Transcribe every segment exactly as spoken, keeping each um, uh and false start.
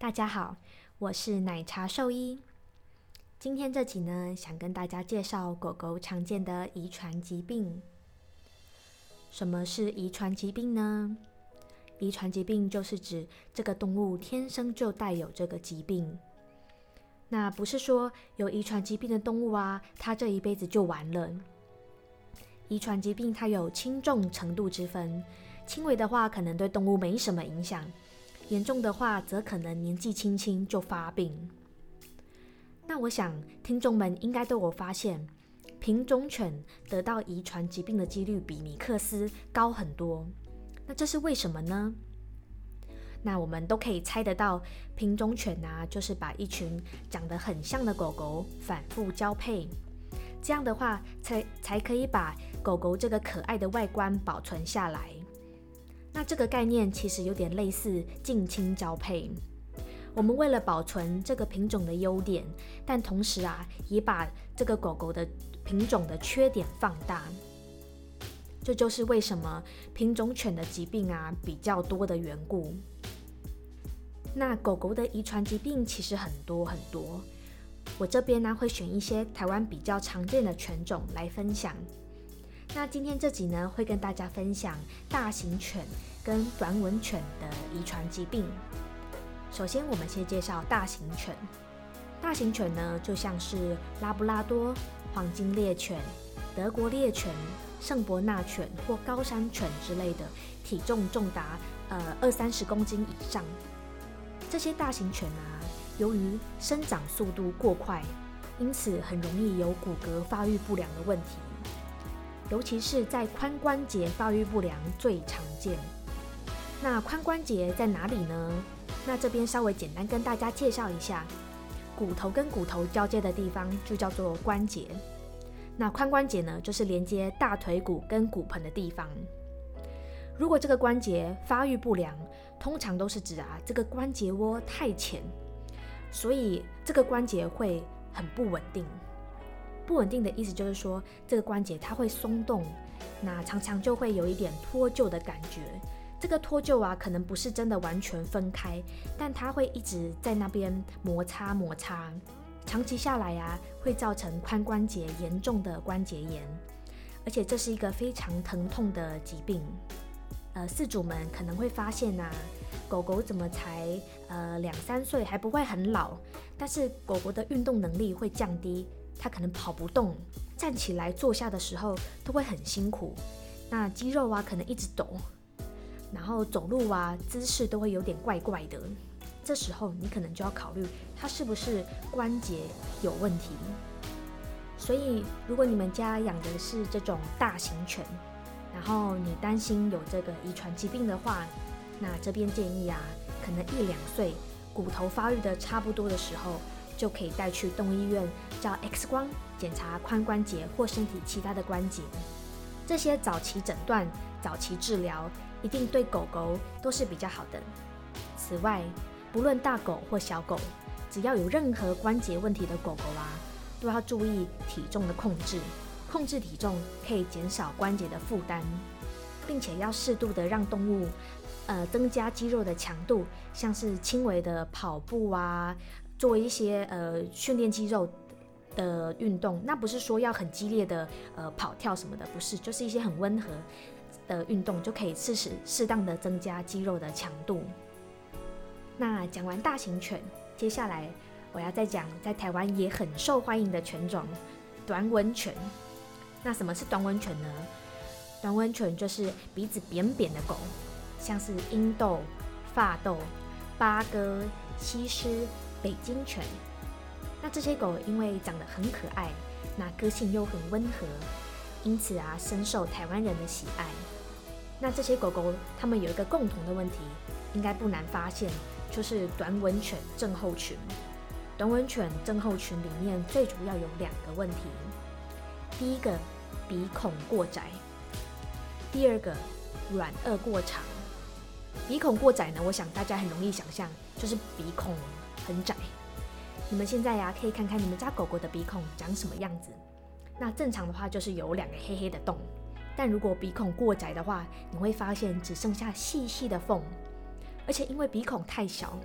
大家好，我是奶茶兽医。今天这集呢，想跟大家介绍狗狗常见的遗传疾病。什么是遗传疾病呢？遗传疾病就是指这个动物天生就带有这个疾病。那不是说有遗传疾病的动物啊，它这一辈子就完了。遗传疾病它有轻重程度之分，轻微的话可能对动物没什么影响，严重的话则可能年纪轻轻就发病。那我想听众们应该都有发现，品种犬得到遗传疾病的几率比米克斯高很多。那这是为什么呢？那我们都可以猜得到，品种犬啊，就是把一群长得很像的狗狗反复交配，这样的话才才可以把狗狗这个可爱的外观保存下来。那这个概念其实有点类似近亲交配。我们为了保存这个品种的优点，但同时啊，也把这个狗狗的品种的缺点放大。这就是为什么品种犬的疾病啊比较多的缘故。那狗狗的遗传疾病其实很多很多，我这边呢会选一些台湾比较常见的犬种来分享。那今天这集呢会跟大家分享大型犬跟短吻犬的遗传疾病。首先我们先介绍大型犬。大型犬呢就像是拉布拉多、黄金猎犬、德国猎犬、圣伯纳犬或高山犬之类的，体重重达呃二三十公斤以上。这些大型犬啊，由于生长速度过快，因此很容易有骨骼发育不良的问题，尤其是在髋关节发育不良最常见。那髋关节在哪里呢？那这边稍微简单跟大家介绍一下，骨头跟骨头交接的地方就叫做关节。那髋关节呢，就是连接大腿骨跟骨盆的地方。如果这个关节发育不良，通常都是指啊这个关节窝太浅，所以这个关节会很不稳定。不稳定的意思就是说，这个关节它会松动，那常常就会有一点脱臼的感觉。这个脱臼啊，可能不是真的完全分开，但它会一直在那边摩擦摩擦，长期下来啊，会造成髋关节严重的关节炎，而且这是一个非常疼痛的疾病。呃，饲主们可能会发现啊，狗狗怎么才呃两三岁还不会很老，但是狗狗的运动能力会降低，它可能跑不动，站起来坐下的时候都会很辛苦，那肌肉啊可能一直抖，然后走路啊姿势都会有点怪怪的。这时候你可能就要考虑它是不是关节有问题。所以如果你们家养的是这种大型犬，然后你担心有这个遗传疾病的话，那这边建议啊，可能一两岁骨头发育的差不多的时候，就可以带去动物医院照 X 光检查髋关节或身体其他的关节。这些早期诊断、早期治疗一定对狗狗都是比较好的。此外，不论大狗或小狗，只要有任何关节问题的狗狗啊，都要注意体重的控制。控制体重可以减少关节的负担，并且要适度的让动物呃增加肌肉的强度，像是轻微的跑步啊，做一些呃训练肌肉的运动。那不是说要很激烈的呃跑跳什么的，不是，就是一些很温和的运动就可以适时适当的增加肌肉的强度。那讲完大型犬，接下来我要再讲在台湾也很受欢迎的犬种——短吻犬。那什么是短吻犬呢？短吻犬就是鼻子扁扁的狗，像是英斗、法斗、八哥、西施、北京犬。那这些狗因为长得很可爱，那个性又很温和，因此啊深受台湾人的喜爱。那这些狗狗它们有一个共同的问题，应该不难发现，就是短吻犬症候群。短吻犬症候群里面最主要有两个问题。第一个，鼻孔过窄；第二个，软腭过长。鼻孔过窄呢，我想大家很容易想象，就是鼻孔很窄。你们现在呀、啊，可以看看你们家狗狗的鼻孔长什么样子。那正常的话就是有两个黑黑的洞，但如果鼻孔过窄的话，你会发现只剩下细细的缝，而且因为鼻孔太小，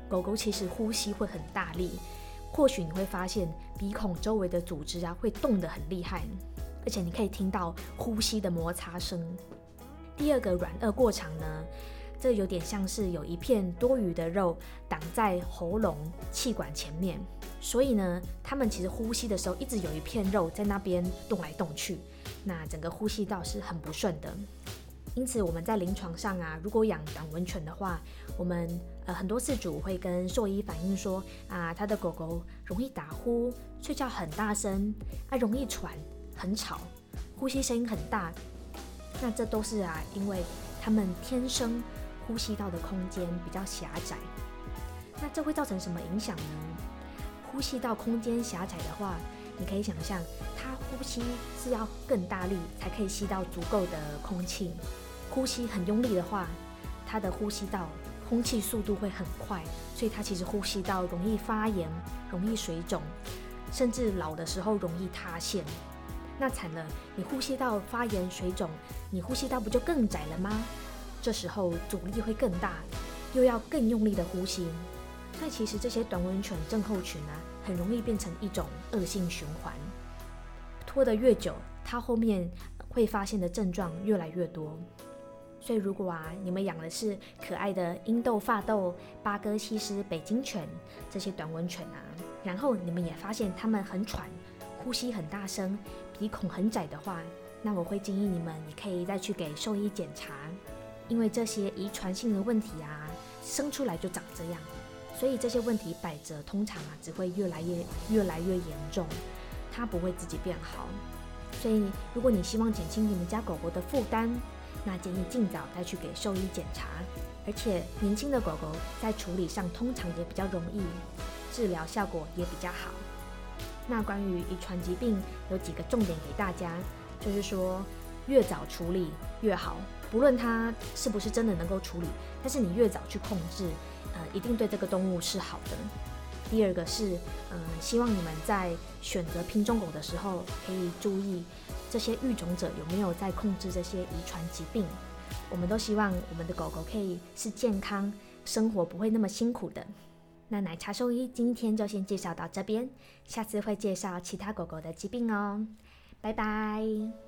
狗狗其实呼吸会很大力，或许你会发现鼻孔周围的组织啊会动得很厉害，而且你可以听到呼吸的摩擦声。第二个软腭过长呢，这有点像是有一片多余的肉挡在喉咙、气管前面，所以呢，他们其实呼吸的时候一直有一片肉在那边动来动去，那整个呼吸道是很不顺的。因此我们在临床上啊，如果养短吻犬的话，我们呃很多饲主会跟兽医反映说啊，他的狗狗容易打呼，睡觉很大声，啊容易喘，很吵，呼吸声音很大。那这都是啊，因为他们天生呼吸道的空间比较狭窄。那这会造成什么影响呢？呼吸道空间狭窄的话，你可以想象，它呼吸是要更大力才可以吸到足够的空气。呼吸很用力的话，它的呼吸道空气速度会很快，所以它其实呼吸道容易发炎，容易水肿，甚至老的时候容易塌陷。那惨了，你呼吸道发炎水肿，你呼吸道不就更窄了吗？这时候阻力会更大，又要更用力的呼吸。所以其实这些短吻犬症候群啊，很容易变成一种恶性循环，拖得越久，它后面会发现的症状越来越多。所以如果啊，你们养的是可爱的英斗、法斗、巴哥西施、北京犬这些短吻犬啊，然后你们也发现它们很喘，呼吸很大声，鼻孔很窄的话，那我会建议你们，你可以再去给兽医检查，因为这些遗传性的问题啊，生出来就长这样，所以这些问题摆着，通常啊只会越来越越来越严重，它不会自己变好。所以如果你希望减轻你们家狗狗的负担，那建议尽早再去给兽医检查，而且年轻的狗狗在处理上通常也比较容易，治疗效果也比较好。那关于遗传疾病有几个重点给大家，就是说越早处理越好，不论它是不是真的能够处理，但是你越早去控制，呃，一定对这个动物是好的。第二个是，嗯、呃，希望你们在选择品种狗的时候，可以注意这些育种者有没有在控制这些遗传疾病。我们都希望我们的狗狗可以是健康，生活不会那么辛苦的。那奶茶兽医今天就先介绍到这边，下次会介绍其他狗狗的疾病哦，拜拜。